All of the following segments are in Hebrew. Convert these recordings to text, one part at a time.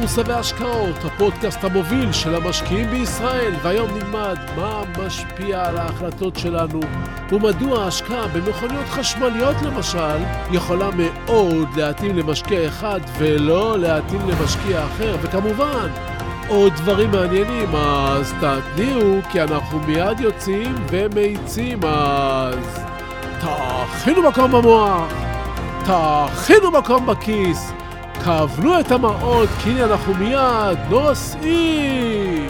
בורסה והשקעות, הפודקאסט המוביל של המשקיעים בישראל, והיום נלמד מה משפיע על ההחלטות שלנו ומדוע ההשקעה במכוניות חשמליות למשל יכולה מאוד להתאים למשקיע אחד ולא להתאים למשקיע אחר, וכמובן עוד דברים מעניינים, אז תתניעו כי אנחנו מיד יוצאים ומאיצים, אז תכינו מקום במוח, תכינו מקום בכיס, כוונו את המראות, כי הנה אנחנו מיד נוסעים.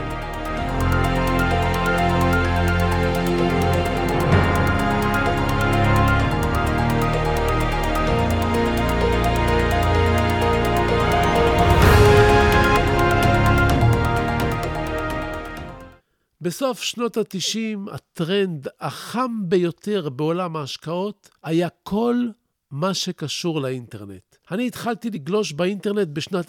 בסוף שנות ה-90, הטרנד החם ביותר בעולם ההשקעות היה כל מה שקשור לאינטרנט. אני התחלתי לגלוש באינטרנט בשנת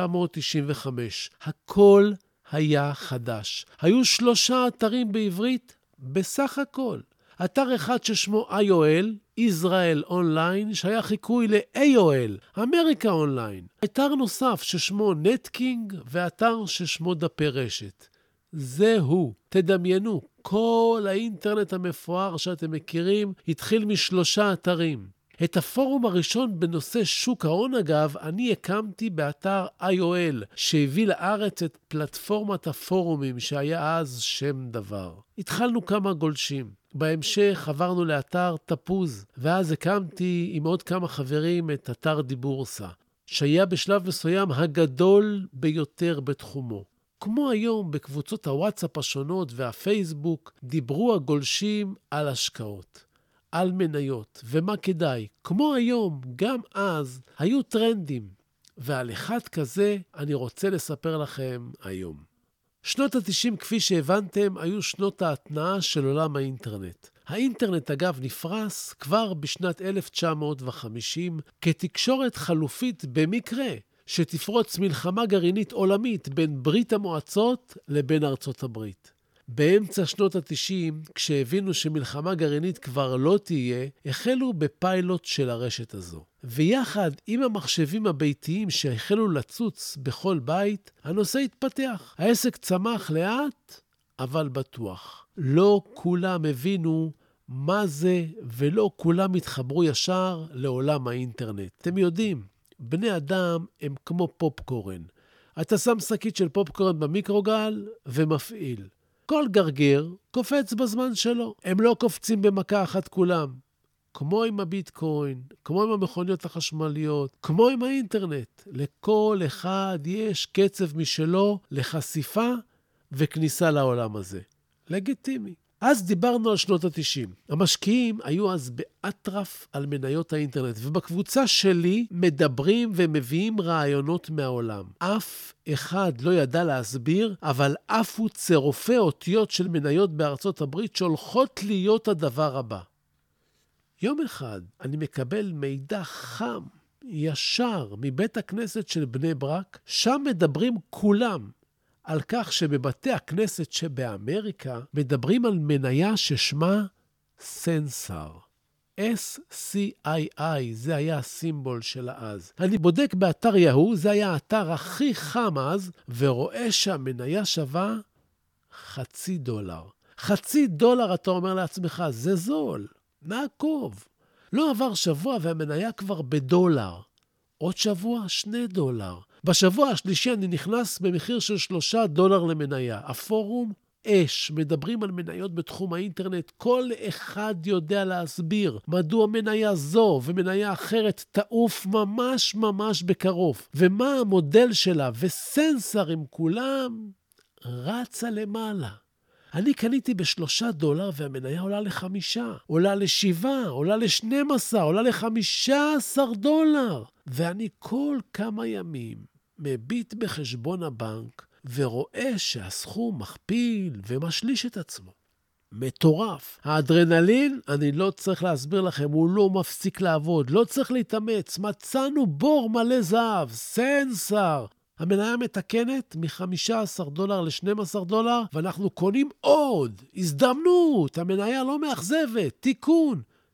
1995. הכל היה חדש. היו 3 אתרים בעברית בסך הכל. אתר אחד ששמו IOL, ישראל אונליין, שהיה חיקוי ל-AOL, אמריקה אונליין. אתר נוסף ששמו נטקינג, ואתר ששמו דפי רשת. זהו, תדמיינו, כל האינטרנט המפואר שאתם מכירים התחיל מ3 אתרים. את הפורום הראשון בנושא שוק ההון אגב, אני הקמתי באתר IOL, שהביא לארץ את פלטפורמת הפורומים שהיה אז שם דבר. התחלנו כמה גולשים. בהמשך עברנו לאתר תפוז, ואז הקמתי עם עוד כמה חברים את אתר דיבורסה, שהיה בשלב מסוים הגדול ביותר בתחומו. כמו היום בקבוצות הוואטסאפ השונות והפייסבוק, דיברו הגולשים על השקעות, על מניות ומה כדאי. כמו היום, גם אז היו טרנדים, ועל אחד כזה אני רוצה לספר לכם היום. שנות ה-90, כפי שהבנתם, היו שנות ההתנעה של עולם האינטרנט. האינטרנט אגב נפרס כבר בשנת 1950 כתקשורת חלופית במקרה שתפרוץ מלחמה גרעינית עולמית בין ברית המועצות לבין ארצות הברית. באמצע שנות ה-90, כשהבינו שמלחמה גרעינית כבר לא תהיה, החלו בפיילוט של הרשת הזו. ויחד עם המחשבים הביתיים שהחלו לצוץ בכל בית, הנושא התפתח. העסק צמח לאט, אבל בטוח. לא כולם הבינו מה זה, ולא כולם התחברו ישר לעולם האינטרנט. אתם יודעים, בני אדם הם כמו פופקורן. אתה שם שקית של פופקורן במיקרוגל ומפעיל. כל גרגר קופץ בזמן שלו. הם לא קופצים במכה אחת כולם. כמו עם הביטקוין, כמו עם המכוניות החשמליות, כמו עם האינטרנט. לכל אחד יש קצב משלו לחשיפה וכניסה לעולם הזה. לגיטימי. אז דיברנו על שנות ה-90. המשקיעים היו אז באטרף על מניות האינטרנט, ובקבוצה שלי מדברים ומביאים רעיונות מהעולם. אף אחד לא ידע להסביר, אבל עפו צירופי אותיות של מניות בארצות הברית שהולכות להיות הדבר הבא. יום אחד אני מקבל מידע חם, ישר, מבית הכנסת של בני ברק, שם מדברים כולם על כך שבבתי הכנסת שבאמריקה מדברים על מניה ששמה סנסר. SCII, זה היה הסימבול שלה אז. אני בודק באתר יהו, זה היה האתר הכי חם אז, ורואה שהמניה שווה $0.50. $0.50 אתה אומר לעצמך, זה זול, נעקוב. לא עבר שבוע והמניה כבר $1. עוד שבוע $2. בשבוע השלישי אני נכנס במחיר של $3 למניה. הפורום אש, מדברים על מניות בתחום האינטרנט. כל אחד יודע להסביר מדוע מניה זו ומניה אחרת תעוף ממש ממש בקרוב. ומה המודל שלה, וסנסר עם כולם רצה למעלה. אני קניתי $3 והמניה עולה ל5, עולה ל7, עולה ל12, עולה ל$15. ואני כל כמה ימים מביט בחשבון הבנק ורואה שהסכום מכפיל ומשליש את עצמו. מטורף. האדרנלין, אני לא צריך להסביר לכם, הוא לא מפסיק לעבוד, לא צריך להתאמץ. מצאנו בור מלא זהב, סנסר. המניה מתקנת מ$15 ל$12, ואנחנו קונים עוד. הזדמנות, המניה לא מאכזבת, תיקון.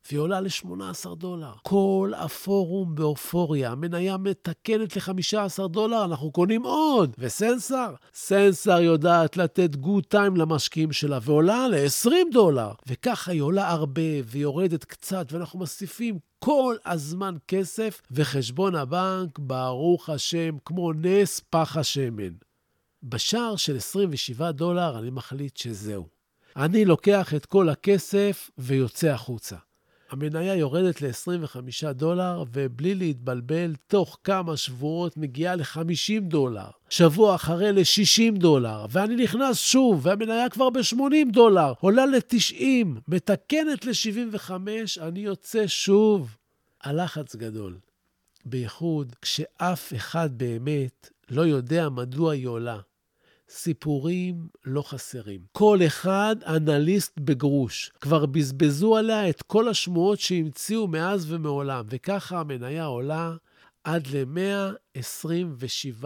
והיא עולה $18. כל הפורום באופוריה, המניה מתקנת $15, אנחנו קונים עוד. וסנסר? סנסר יודעת לתת גוד טיים למשקיעים שלה, ועולה $20. וככה היא עולה הרבה, ויורדת קצת, ואנחנו מוסיפים כל הזמן כסף, וחשבון הבנק, ברוך השם, כמו נס פח השמן. בשער של $27 אני מחליט שזהו. אני לוקח את כל הכסף ויוצא החוצה. המניה יורדת $25, ובלי להתבלבל, תוך כמה שבועות מגיעה $50. שבוע אחרי $60, ואני נכנס שוב, והמניה כבר $80, עולה $90, מתקנת $75, אני יוצא שוב. הלחץ גדול. בייחוד כשאף אחד באמת לא יודע מדוע היא עולה. סיפורים לא חסרים. כל אחד אנליסט בגרוש. כבר בזבזו עליה את כל השמועות שהמציאו מאז ומעולם, וככה המניה עולה עד $127.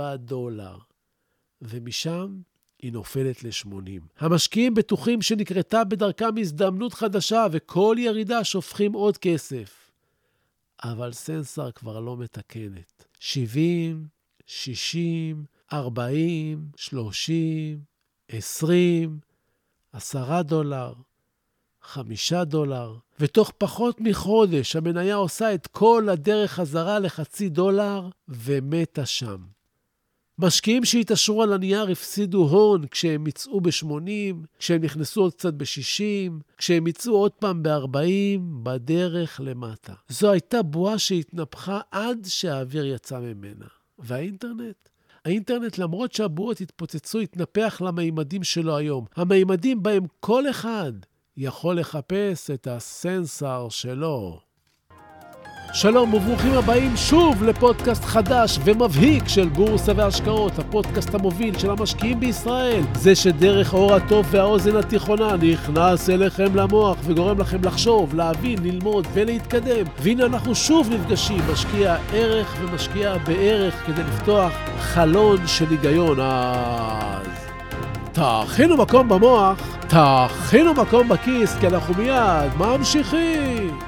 ומשם היא נופלת ל-80. המשקיעים בטוחים שנקרתה בדרכם הזדמנות חדשה, וכל ירידה שופכים עוד כסף. אבל סנסר כבר לא מתקנת. 70, 60, 40, 30, 20, $10, $5, ותוך פחות מחודש המניה עושה את כל הדרך חזרה $0.50 ומתה שם. משקיעים שהתעשרו על הנייר הפסידו הון כשהם יצאו ב-80, כשהם נכנסו עוד קצת ב-60, כשהם יצאו עוד פעם ב-40, בדרך למטה. זו הייתה בועה שהתנפחה עד שהאוויר יצא ממנה. והאינטרנט? האינטרנט, למרות שהבועות התפוצצו, התנפח למימדים שלו היום. המימדים בהם כל אחד יכול לחפש את הסנסר שלו. שלום וברוכים הבאים שוב לפודקאסט חדש ומבהיק של בורסה והשקעות, הפודקאסט המוביל של המשקיעים בישראל. זה שדרך האור הטוב והאוזן התיכונה נכנס אליכם למוח וגורם לכם לחשוב, להבין, ללמוד ולהתקדם. והנה אנחנו שוב נפגשים, משקיע ערך ומשקיע בערך, כדי לפתוח חלון של היגיון. אז תכינו מקום במוח, תכינו מקום בכיס, כי אנחנו מיד ממשיכים.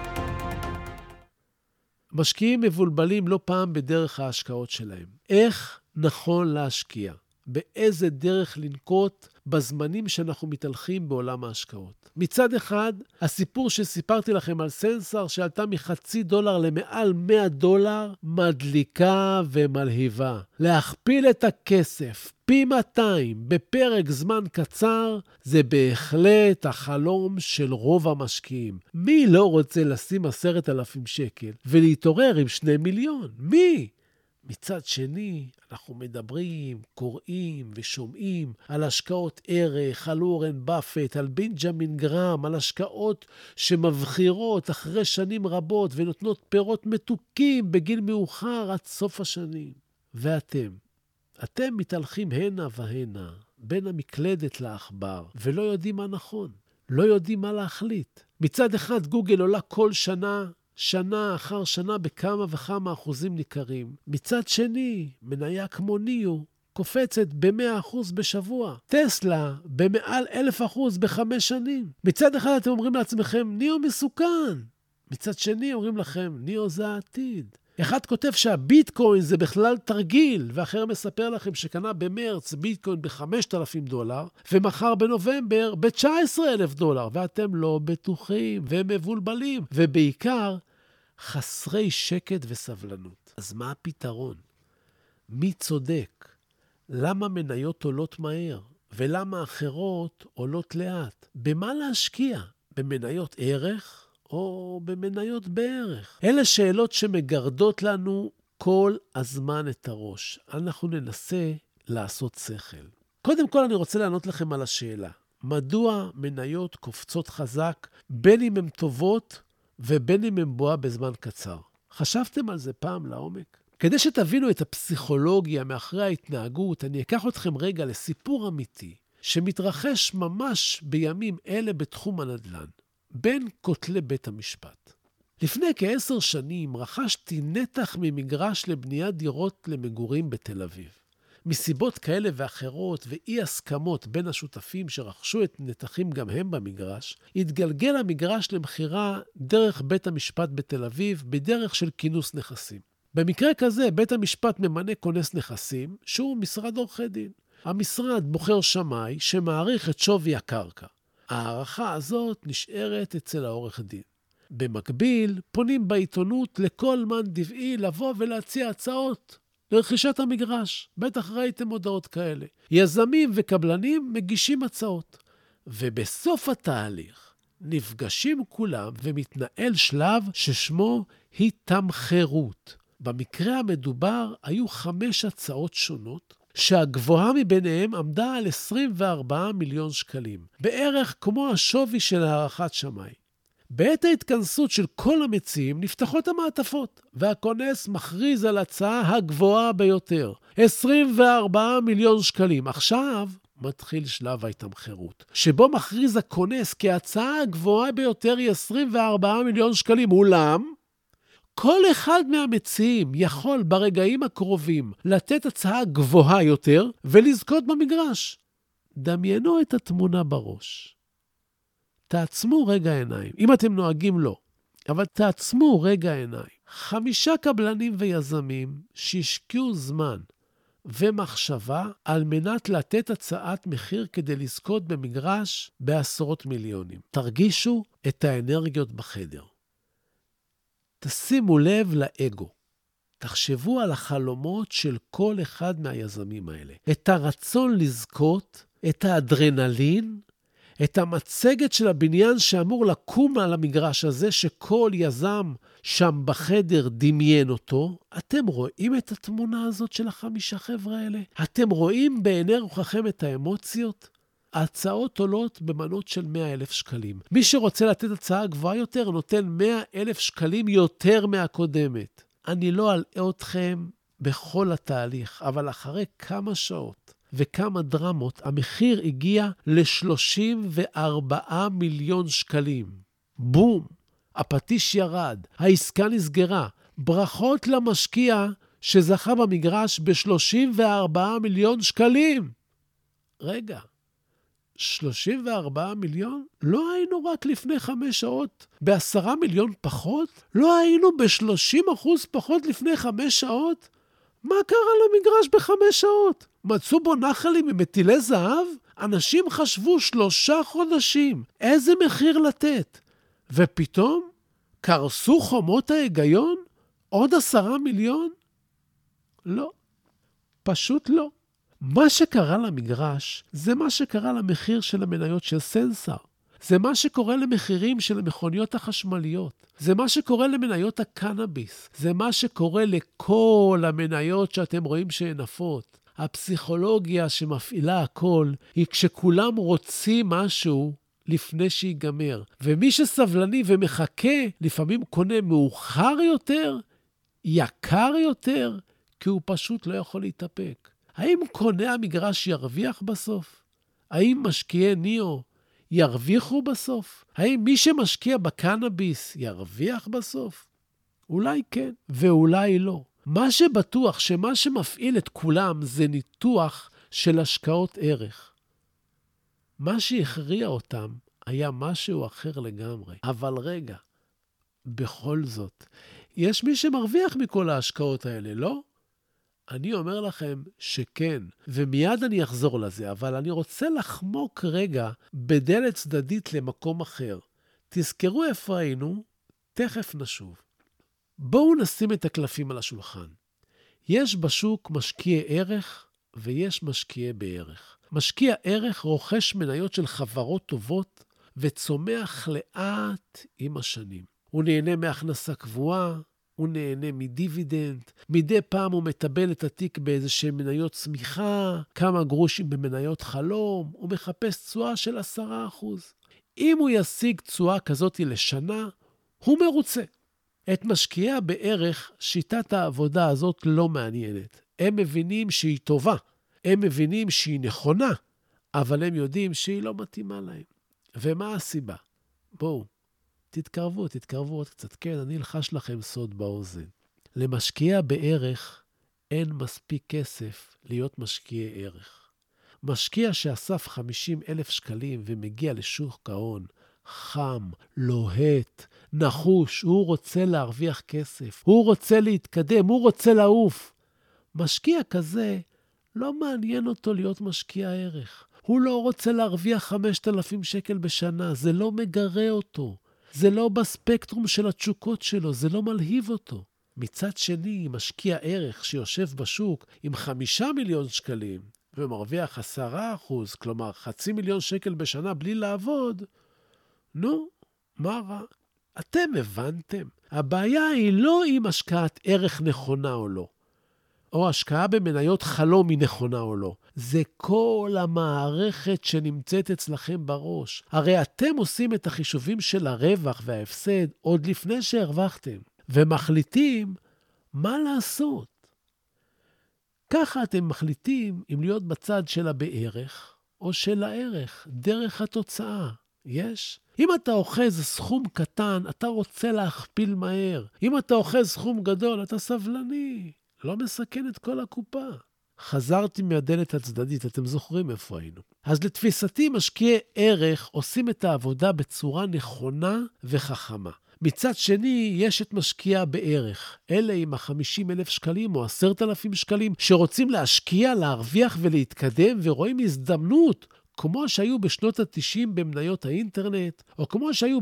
משקיעים מבולבלים לא פעם בדרך ההשקעות שלהם. איך נכון להשקיע? באיזה דרך לנקוט בזמנים שאנחנו מתהלכים בעולם ההשקעות? מצד אחד, הסיפור שסיפרתי לכם על סנסר שעלתה $0.50 למעל $100 מדליקה ומלהיבה. להכפיל את הכסף פי 200 בפרק זמן קצר, זה בהחלט החלום של רוב המשקיעים. מי לא רוצה לשים 10,000 שקל ולהתעורר עם 2 מיליון? מי? מצד שני, אנחנו מדברים, קוראים ושומעים על השקעות ערך, על אורן באפט, על בנג'מין גרם, על השקעות שמבחירות אחרי שנים רבות ונותנות פירות מתוקים בגיל מאוחר עד סוף השנים. ואתם מתהלכים הנה והנה, בין המקלדת לעכבר, ולא יודעים מה נכון, לא יודעים מה להחליט. מצד אחד גוגל עולה כל שנה אחר שנה בכמה וכמה אחוזים ניכרים. מצד שני, מניה כמו ניו קופצת ב100% בשבוע. טסלה במעל 1000% ב5 שנים. מצד אחד אתם אומרים לעצמכם, ניו מסוכן. מצד שני אומרים לכם, ניו זה העתיד. אחד כותב שהביטקוין זה בכלל תרגיל, ואחר מספר לכם שקנה במרץ ביטקוין $5,000, ומחר בנובמבר $19,000, ואתם לא בטוחים ומבולבלים, ובעיקר חסרי שקט וסבלנות. אז מה הפתרון? מי צודק? למה מניות עולות מהר? ולמה אחרות עולות לאט? במה להשקיע? במניות ערך או במניות בערך? אלה שאלות שמגרדות לנו כל הזמן את הראש. אנחנו ננסה לעשות שכל. קודם כל אני רוצה לענות לכם על השאלה. מדוע מניות קופצות חזק, בין אם הן טובות ובין אם הן בועה בזמן קצר? חשבתם על זה פעם לעומק? כדי שתבינו את הפסיכולוגיה מאחרי ההתנהגות, אני אקח אתכם רגע לסיפור אמיתי, שמתרחש ממש בימים אלה בתחום הנדל"ן, בין כותלי בית המשפט. לפני כ10 שנים רכשתי נתח ממגרש לבניית דירות למגורים בתל אביב. מסיבות כאלה ואחרות ואי הסכמות בין השותפים שרכשו את נתחים גם הם במגרש, התגלגל המגרש למחירה דרך בית המשפט בתל אביב בדרך של כינוס נכסים. במקרה כזה, בית המשפט ממנה כונס נכסים שהוא משרד עורכי דין. המשרד בוחר שמאי שמעריך את שווי הקרקע. הערכה הזאת נשארת אצל העורך דין. במקביל, פונים בעיתונות לכל מן דבעי לבוא ולהציע הצעות לרכישת המגרש. בטח ראיתם הודעות כאלה. יזמים וקבלנים מגישים הצעות. ובסוף התהליך נפגשים כולם ומתנהל שלב ששמו התמחרות. במקרה המדובר היו 5 הצעות שונות, שהגבוהה מביניהם עמדה על 24 מיליון שקלים, בערך כמו השווי של הערכת שמאי. בעת ההתכנסות של כל המציעים נפתחות המעטפות, והכונס מכריז על הצעה הגבוהה ביותר, 24 מיליון שקלים. עכשיו מתחיל שלב ההתמחרות, שבו מכריז הכונס כי ההצעה הגבוהה ביותר היא 24 מיליון שקלים, אולם כל אחד מהמציעים יכול ברגעים הקרובים לתת הצעה גבוהה יותר ולזכות במגרש. דמיינו את התמונה בראש. תעצמו רגע עיניים. אם אתם נוהגים לא, אבל תעצמו רגע עיניים. 5 קבלנים ויזמים שהשקיעו זמן ומחשבה על מנת לתת הצעת מחיר כדי לזכות במגרש בעשרות מיליונים. תרגישו את האנרגיות בחדר. תשימו לב לאגו. תחשבו על החלומות של כל אחד מהיזמים האלה. את הרצון לזכות, את האדרנלין, את המצגת של הבניין שאמור לקום על המגרש הזה, שכל יזם שם בחדר דמיין אותו. אתם רואים את התמונה הזאת של 5 חבר'ה האלה? אתם רואים בעיני רוחכם את האמוציות? ההצעות עולות במנות של 100,000 שקלים. מי שרוצה לתת הצעה גבוהה יותר, נותן 100,000 שקלים יותר מהקודמת. אני לא אלאה אתכם בכל התהליך, אבל אחרי כמה שעות וכמה דרמות, המחיר הגיע ל-34 מיליון שקלים. בום! הפטיש ירד, העסקה נסגרה. ברכות למשקיע שזכה במגרש ב-34 מיליון שקלים. רגע. 34 מיליון? לא היינו רק לפני 5 שעות ב10 מיליון פחות? לא היינו ב30% פחות לפני 5 שעות? מה קרה למגרש ב5 שעות? מצאו בו נחלים ממטילי זהב? אנשים חשבו 3 חודשים. איזה מחיר לתת? ופתאום קרסו חומות ההיגיון? עוד 10 מיליון? לא. פשוט לא. מה שקרה למגרש, זה מה שקרה למחיר של המניות של סנסר. זה מה שקורה למחירים של המכוניות החשמליות. זה מה שקורה למניות הקנאביס. זה מה שקורה לכל המניות שאתם רואים שהן נפות. הפסיכולוגיה שמפעילה הכל היא כשכולם רוצים משהו לפני שיגמר. ומי שסבלני ומחכה לפעמים קונה מאוחר יותר, יקר יותר, כי הוא פשוט לא יכול להתאפק. האם קונה המגרש ירוויח בסוף? האם משקיעי ניאו ירוויחו בסוף? האם מי שמשקיע בקנאביס ירוויח בסוף? אולי כן, ואולי לא. מה שבטוח שמה שמפעיל את כולם זה ניתוח של השקעות ערך. מה שהכריע אותם היה משהו אחר לגמרי. אבל רגע, בכל זאת, יש מי שמרוויח מכל ההשקעות האלה, לא? אני אומר לכם שכן, ומיד אני אחזור לזה, אבל אני רוצה לחמוק רגע בדלת צדדית למקום אחר. תזכרו איפה היינו, תכף נשוב. בואו נשים את הקלפים על השולחן. יש בשוק משקיעי ערך ויש משקיעי בערך. משקיע ערך רוכש מניות של חברות טובות וצומח לאט עם השנים. הוא נהנה מהכנסה קבועה, הוא נהנה מדיבידנד, מדי פעם הוא מטבל את התיק באיזושהי מניות צמיחה, כמה גרושים במניות חלום, הוא מחפש תשואה של 10%. אם הוא ישיג תשואה כזאת לשנה, הוא מרוצה. את משקיעי בערך, שיטת העבודה הזאת לא מעניינת. הם מבינים שהיא טובה, הם מבינים שהיא נכונה, אבל הם יודעים שהיא לא מתאימה להם. ומה הסיבה? בואו. תתקרבו עוד קצת. כן, אני אלחש לכם סוד באוזן. למשקיע בערך אין מספיק כסף להיות משקיע ערך. משקיע שאסף 50,000 שקלים ומגיע לשוק ההון, חם, לוהט, נחוש, הוא רוצה להרוויח כסף, הוא רוצה להתקדם, הוא רוצה לעוף. משקיע כזה, לא מעניין אותו להיות משקיע ערך. הוא לא רוצה להרוויח 5,000 שקל בשנה, זה לא מגרה אותו. זה לא בספקטרום של התשוקות שלו, זה לא מלהיב אותו. מצד שני, משקיע ערך שיושב בשוק עם 5 מיליון שקלים ומרוויח 10%, כלומר 500,000 שקל בשנה בלי לעבוד, נו, מה רע? אתם הבנתם. הבעיה היא לא אם השקעת ערך נכונה או לא, או השקעה במניות חלום היא נכונה או לא. זה כל המערכת שנמצאת אצלכם בראש. הרי אתם עושים את החישובים של הרווח וההפסד עוד לפני שהרווחתם, ומחליטים מה לעשות. ככה אתם מחליטים אם להיות בצד של הבערך או של הערך, דרך התוצאה. יש? אם אתה אוחז סכום קטן, אתה רוצה להכפיל מהר. אם אתה אוחז סכום גדול, אתה סבלני. לא מסכן את כל הקופה. חזרתי מהדלת הצדדית, אתם זוכרים איפה היינו. אז לתפיסתי, משקיעי ערך עושים את העבודה בצורה נכונה וחכמה. מצד שני, יש את משקיע בערך. אלה עם 50,000 שקלים או 10,000 שקלים, שרוצים להשקיע, להרוויח ולהתקדם, ורואים הזדמנות, כמו שהיו בשנות ה-90 במניות האינטרנט, או כמו שהיו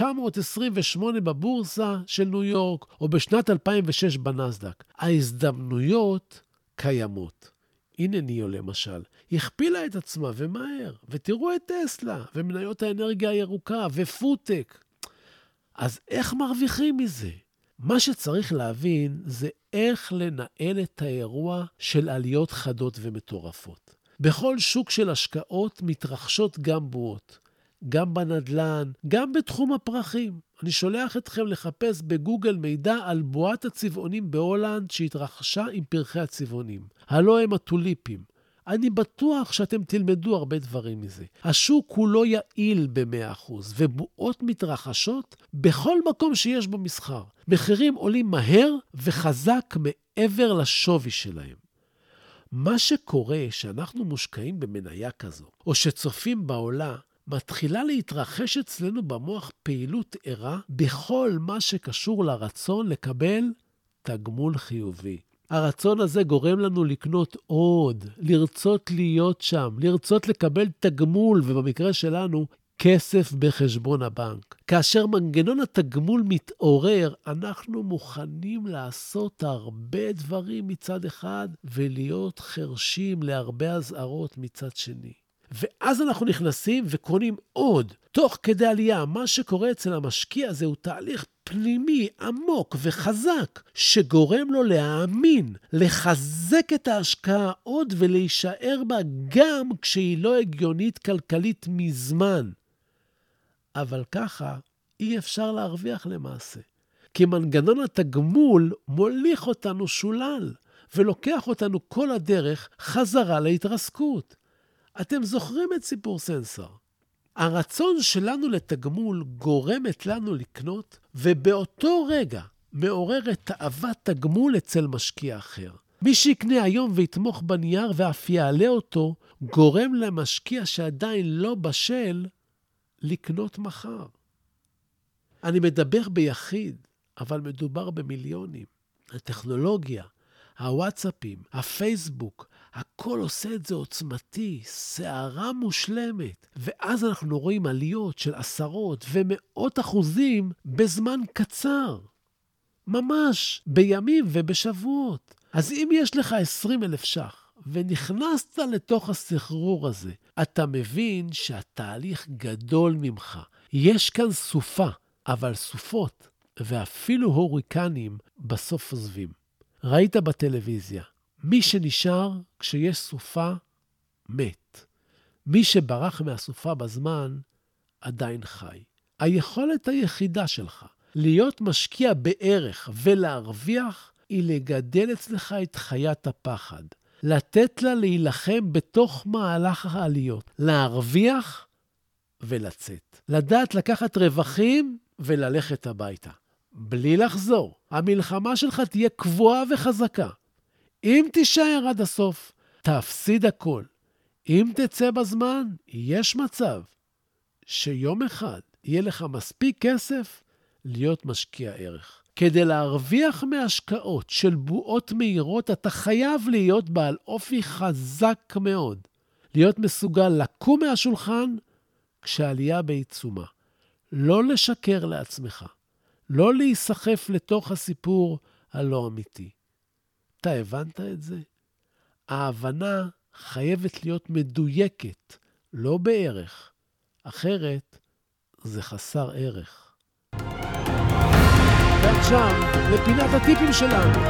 ב-1928 בבורסה של ניו יורק, או בשנת 2006 בנסדק. ההזדמנויות קיימות. הנה ניו למשל, הכפילה את עצמה ומהר, ותראו את טסלה, ומניות האנרגיה הירוקה, ופוטק. אז איך מרוויחים מזה? מה שצריך להבין זה איך לנהל את האירוע של עליות חדות ומטורפות. בכל שוק של השקעות מתרחשות גם בועות, גם בנדלן, גם בתחום הפרחים. אני שולח אתכם לחפש בגוגל מידע על בועת הצבעונים בהולנד שהתרחשה עם פרחי הצבעונים. הלא הם הטוליפים. אני בטוח שאתם תלמדו הרבה דברים מזה. השוק הוא לא יעיל ב-100%, ובועות מתרחשות בכל מקום שיש בו מסחר. מחירים עולים מהר וחזק מעבר לשווי שלהם. מה שקורה שאנחנו מושקעים במניה כזו, או שצופים בעולה, מתחילה להתרחש אצלנו במוח פעילות ערה בכל מה שקשור לרצון לקבל תגמול חיובי. הרצון הזה גורם לנו לקנות עוד, לרצות להיות שם, לרצות לקבל תגמול, ובמקרה שלנו, כסף בחשבון הבנק. כאשר מנגנון התגמול מתעורר, אנחנו מוכנים לעשות הרבה דברים מצד אחד, ולהיות חרשים להרבה הזהרות מצד שני. ואז אנחנו נכנסים וקונים עוד. תוך כדי עלייה, מה שקורה אצל המשקיע זהו תהליך פנימי, עמוק וחזק, שגורם לו להאמין, לחזק את ההשקעה עוד ולהישאר בה גם כשהיא לא הגיונית כלכלית מזמן. אבל ככה אי אפשר להרוויח למעשה. כי מנגנון התגמול מוליך אותנו שולל, ולוקח אותנו כל הדרך חזרה להתרסקות. אתם זוכרים את סיפור סנסור. הרצון שלנו לתגמול גורמת לנו לקנות, ובאותו רגע מעוררת תאוות תגמול אצל משקיע אחר. מי שיקנה היום ויתמוך בנייר ואף יעלה אותו, גורם למשקיע שעדיין לא בשל לקנות מחר. אני מדבר ביחיד, אבל מדובר במיליונים. הטכנולוגיה, הוואטסאפים, הפייסבוק, הכל עושה את זה עוצמתי, שערה מושלמת. ואז אנחנו רואים עליות של 10% ו100% בזמן קצר. ממש, בימים ובשבועות. אז אם יש לך 20,000 ש"ח, ונכנסת לתוך הסחרור הזה, אתה מבין שהתהליך גדול ממך. יש כאן סופה, אבל סופות, ואפילו הוריקנים בסוף עוזבים. ראית בטלוויזיה, מי שנשאר כשיש סופה, מת. מי שברח מהסופה בזמן, עדיין חי. היכולת היחידה שלך להיות משקיע בערך ולהרוויח, היא לגדל אצלך את חיית הפחד. לתת לה להילחם בתוך מהלך העליות. להרוויח ולצאת. לדעת לקחת רווחים וללכת הביתה. בלי לחזור. המלחמה שלך תהיה קבועה וחזקה. אם תישאר עד הסוף, תפסיד הכל. אם תצא בזמן, יש מצב שיום אחד יהיה לך מספיק כסף להיות משקיע ערך. כדי להרוויח מהשקעות של בועות מהירות, אתה חייב להיות בעל אופי חזק מאוד. להיות מסוגל לקום מהשולחן כשהעלייה בעיצומה. לא לשקר לעצמך. לא להיסחף לתוך הסיפור הלא אמיתי. אתה הבנת את זה? ההבנה חייבת להיות מדויקת, לא בערך. אחרת זה חסר ערך. ועכשיו, לפינת הטיפים שלנו.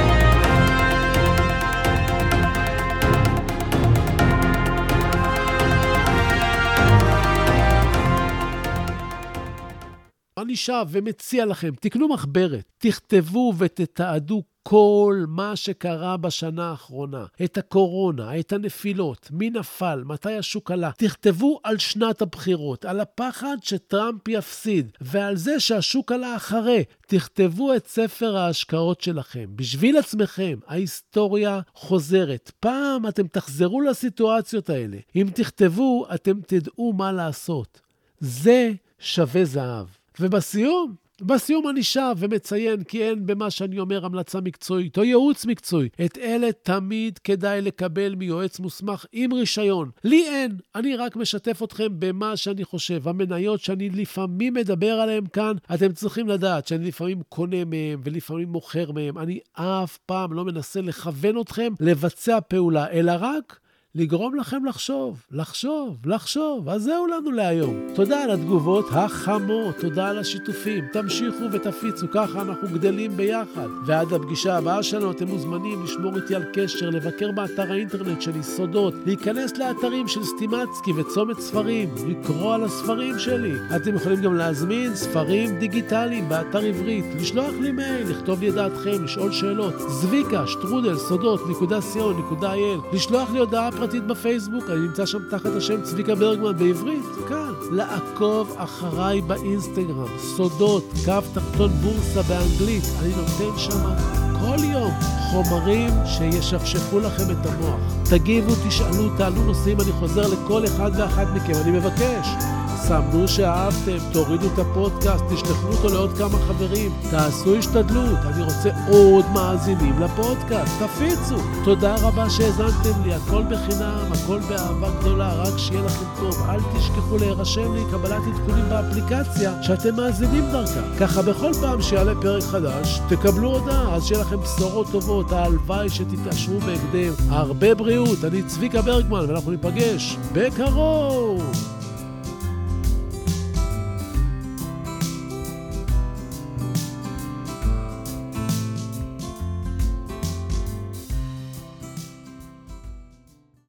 אני שב ומציע לכם, תקנו מחברת, תכתבו ותתעדו כל מה שקרה בשנה האחרונה, את הקורונה, את הנפילות, מי נפל, מתי השוק עלה. תכתבו על שנת הבחירות, על הפחד שטראמפ יפסיד, ועל זה שהשוק עלה אחרי. תכתבו את ספר ההשקעות שלכם. בשביל עצמכם, ההיסטוריה חוזרת. פעם אתם תחזרו לסיטואציות האלה. אם תכתבו, אתם תדעו מה לעשות. זה שווה זהב. ובסיום אני שב ומציין כי אין במה שאני אומר המלצה מקצועית או ייעוץ מקצועי. את אלה תמיד כדאי לקבל מיועץ מוסמך עם רישיון. לי אין, אני רק משתף אתכם במה שאני חושב. המניות שאני לפעמים מדבר עליהן כאן, אתם צריכים לדעת שאני לפעמים קונה מהם ולפעמים מוכר מהם. אני אף פעם לא מנסה לכוון אתכם לבצע פעולה, אלא רק לגרום לכם לחשוב. אז זהו לנו להיום. תודה על התגובות החמות, תודה על השיתופים. תמשיכו ותפיצו, ככה אנחנו גדלים ביחד. ועד הפגישה הבאה שלנו אתם מוזמנים לשמור איתי על קשר, לבקר באתר האינטרנט שלי סודות, להיכנס לאתרים של סטימצקי וצומת ספרים, לקרוא על הספרים שלי. אתם יכולים גם להזמין ספרים דיגיטליים באתר עברית, לשלוח לי מייל, לכתוב לי דעתכם, לשאול שאלות. zvika@sodot.co.il, לשלוח לי הודעה פרטית בפייסבוק, אני נמצא שם תחת השם צביקה ברגמן בעברית, כאן. לעקוב אחריי באינסטגרם, סודות, קו תחתון בורסה באנגלית, אני נותן שם כל יום חומרים שישפשפו לכם את המוח. תגיבו, תשאלו, תעלו נושאים, אני חוזר לכל אחד ואחת מכם, אני מבקש. סמנו שאהבתם, תורידו את הפודקאסט, תשלחו אותו לעוד כמה חברים, תעשו השתדלות, אני רוצה עוד מאזינים לפודקאסט, תפיצו. תודה רבה שהזנתם לי, הכל בחינם, הכל באהבה גדולה, רק שיהיה לכם טוב. אל תשכחו להירשם לי קבלת עדכונים באפליקציה שאתם מאזינים דרכה. ככה בכל פעם שיעלה פרק חדש, תקבלו הודעה, אז שיהיה לכם בשורות טובות, הלוואי שתתעשרו בהקדם. הרבה בריאות, אני צביקה ברגמן, ואנחנו ניפגש בקרוב.